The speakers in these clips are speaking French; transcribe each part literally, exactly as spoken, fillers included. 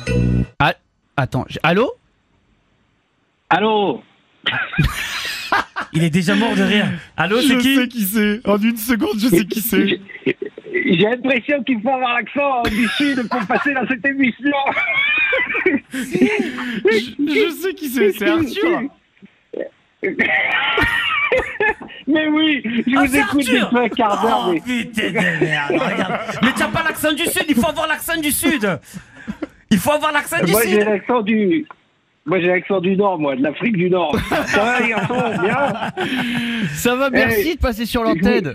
Ah, attends, j- allô? Allô? Il est déjà mort de rire. Allô, c'est Je qui? sais qui c'est. En une seconde, je sais qui c'est. J'ai j'ai l'impression qu'il faut avoir l'accent euh, du sud pour passer dans cette émission. Je, je sais qui c'est. C'est Arthur. Mais oui, je Ah, vous c'est écoute Arthur. depuis un quart d'heure. Oh mais- putain de merde, regarde. Mais t'as pas l'accent du sud, il faut avoir l'accent du sud. Il faut avoir l'accent du Moi j'ai sud. l'accent du... Moi j'ai l'accent du Nord, moi, de l'Afrique du Nord. Ça va les garçons, bien? Ça va, merci Hey, de passer sur l'antenne.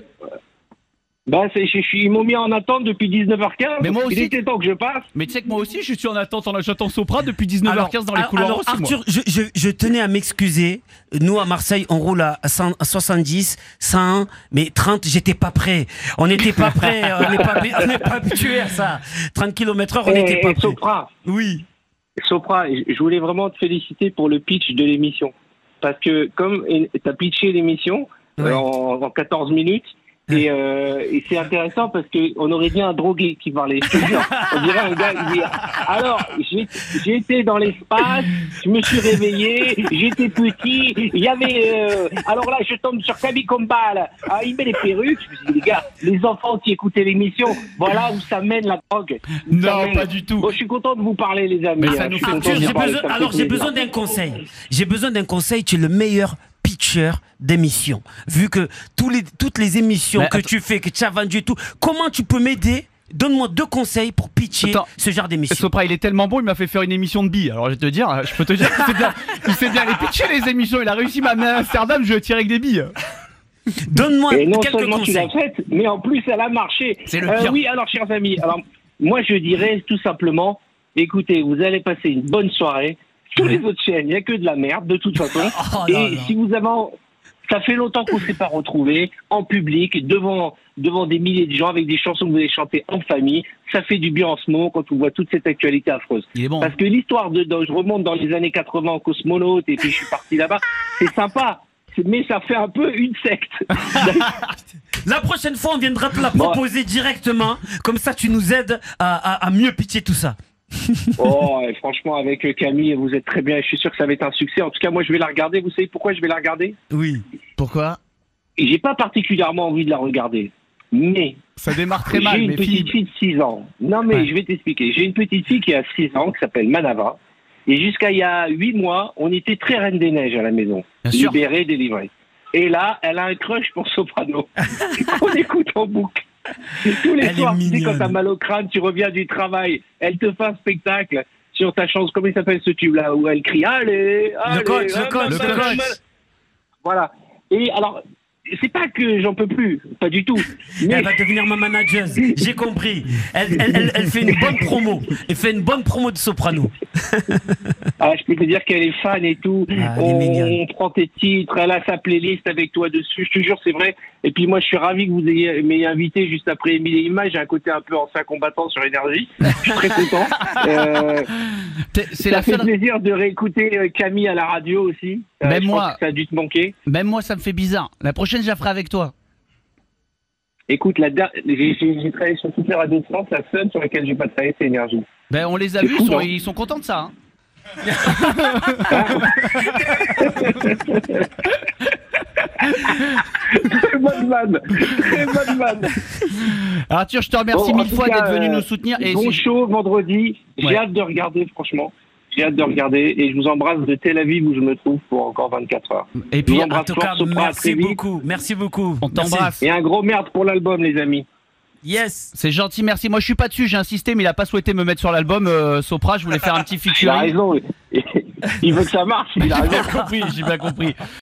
Bah c'est, je, je- ils m'ont mis en attente depuis dix-neuf heures quinze. Mais moi aussi. Il était temps que je passe. Mais tu sais que moi aussi, je suis en attente, en j'attends Sopra depuis dix-neuf heures quinze dans les alors, couloirs alors, aussi, moi. Arthur, je, je, je tenais à m'excuser. Nous, à Marseille, on roule à, cent, à soixante-dix, cent un, mais trente, j'étais pas prêt. On n'était pas prêt, on n'est pas, on n'est pas habitué à ça. trente kilomètres heure, on Eh, n'était pas eh, prêt. Sopra, Oui. Sopra, je je voulais vraiment te féliciter pour le pitch de l'émission. Parce que comme tu as pitché l'émission Ouais. euh, en, en quatorze minutes, et, euh, et c'est intéressant parce qu'on aurait dit un drogué qui parlait. Je te jure. On dirait un gars qui dit alors, j'ai j'ai été dans l'espace, je me suis réveillé, j'étais petit, il y avait. Euh, alors là, je tombe sur Camille Combal, ah, il met les perruques. Je me suis dit, les gars, les enfants qui écoutaient l'émission, voilà où ça mène la drogue. Où ça Non, mène. pas du tout. Bon, je suis content de vous parler, les amis. Mais ça hein. nous Je suis fait content de Arthur, vous j'ai parler, besoin, ça me fait alors j'ai plaisir. besoin d'un conseil. J'ai besoin d'un conseil. Tu es le meilleur pitcher d'émission. Vu que tous les, toutes les émissions Mais que attends. tu fais, que tu as vendues et tout, comment tu peux m'aider? Donne-moi deux conseils pour pitcher Attends. ce genre d'émission. Sopra, il est tellement bon, il m'a fait faire une émission de billes. Alors je vais te dire, je peux te dire qu'il sait bien, il sait bien les pitcher les émissions. Il a réussi à m'amener à Amsterdam, je vais tirer avec des billes. Donne-moi Et non quelques seulement tu conseils. l'as faite, mais en plus elle a marché. C'est le Euh, pire. oui, alors chers amis, alors moi je dirais tout simplement, écoutez, vous allez passer une bonne soirée. Sur les autres chaînes, il n'y a que de la merde de toute façon. Oh, Et non, non. si vous avez, ça fait longtemps qu'on ne s'est pas retrouvés en public devant devant des milliers de gens avec des chansons que vous avez chantées en famille. Ça fait du bien en ce moment quand on voit toute cette actualité affreuse. Il est bon. Parce que l'histoire de, de- je remonte dans les années quatre-vingts en cosmonaute et puis je suis parti là-bas, c'est sympa. C'est- Mais ça fait un peu une secte. La prochaine fois, on viendra te la Bon. proposer directement. Comme ça, tu nous aides à, à- à mieux pitcher tout ça. Oh, et franchement, avec euh, Camille, vous êtes très bien. Je suis sûr que ça va être un succès. En tout cas, moi, je vais la regarder. Vous savez pourquoi je vais la regarder? Oui. Pourquoi? Et j'ai pas particulièrement envie de la regarder. Mais Ça démarre très mal, j'ai une mais petite Philippe. fille de six ans. Non, mais Ouais. je vais t'expliquer. J'ai une petite fille qui a six ans, qui s'appelle Manava. Et jusqu'à il y a huit mois, on était très reine des neiges à la maison. Bien sûr. Libérée, délivrée. Et là, elle a un crush pour Soprano. On écoute en boucle. Tous les Elle est soirs, tu sais, mignonne. quand t'as mal au crâne, tu reviens du travail, elle te fait un spectacle sur ta chanson. Comment il s'appelle ce tube-là où elle crie allez, allez, coach, le ah, coach, ma- le ma- coach. ma- Voilà. Et alors, c'est pas que j'en peux plus, pas du tout. Mais Elle va devenir ma manageuse. J'ai compris. Elle, elle, elle, elle fait une bonne promo. Elle fait une bonne promo de Soprano. ah, je peux te dire qu'elle est fan et tout. Ah, elle est on, mignonne. on prend tes titres, elle a sa playlist avec toi dessus. Je te jure, c'est vrai. Et puis moi, je suis ravi que vous ayez m'ayez invité juste après Émile et Images. J'ai un côté un peu ancien combattant sur Énergie. Je suis très content. Euh, T'es- C'est ça la fait seule. plaisir de réécouter euh, Camille à la radio aussi. Euh, Même je moi. pense que ça a dû te manquer. Même moi, ça me fait bizarre. La prochaine, je la ferai avec toi. Écoute, la der- j'ai j'ai- j'ai travaillé sur toutes les radios de France. La seule sur laquelle j'ai pas travaillé, c'est Énergie. Ben, on les a C'est vus, fou, ils sont, non ils sont contents de ça. hein. Très bonne vanne. Très bonne vanne. Arthur, je te remercie Bon, en mille tout fois cas, d'être venu euh, nous soutenir. Et bon si- show vendredi. J'ai Ouais. hâte de regarder, franchement. J'ai hâte de regarder. Et je vous embrasse de Tel Aviv où je me trouve pour encore vingt-quatre heures. et Je puis, vous En embrasse tout fort, cas, Sopra, à merci très vite. beaucoup. Merci beaucoup. on Merci. t'embrasse. Et un gros merde pour l'album, les amis. Yes. C'est gentil, merci. Moi, je suis pas dessus, j'ai insisté, mais il a pas souhaité me mettre sur l'album. euh, Sopra, je voulais faire un petit Il a featuring. raison. Il veut que ça marche. Il a J'ai raison. bien compris, j'ai bien compris.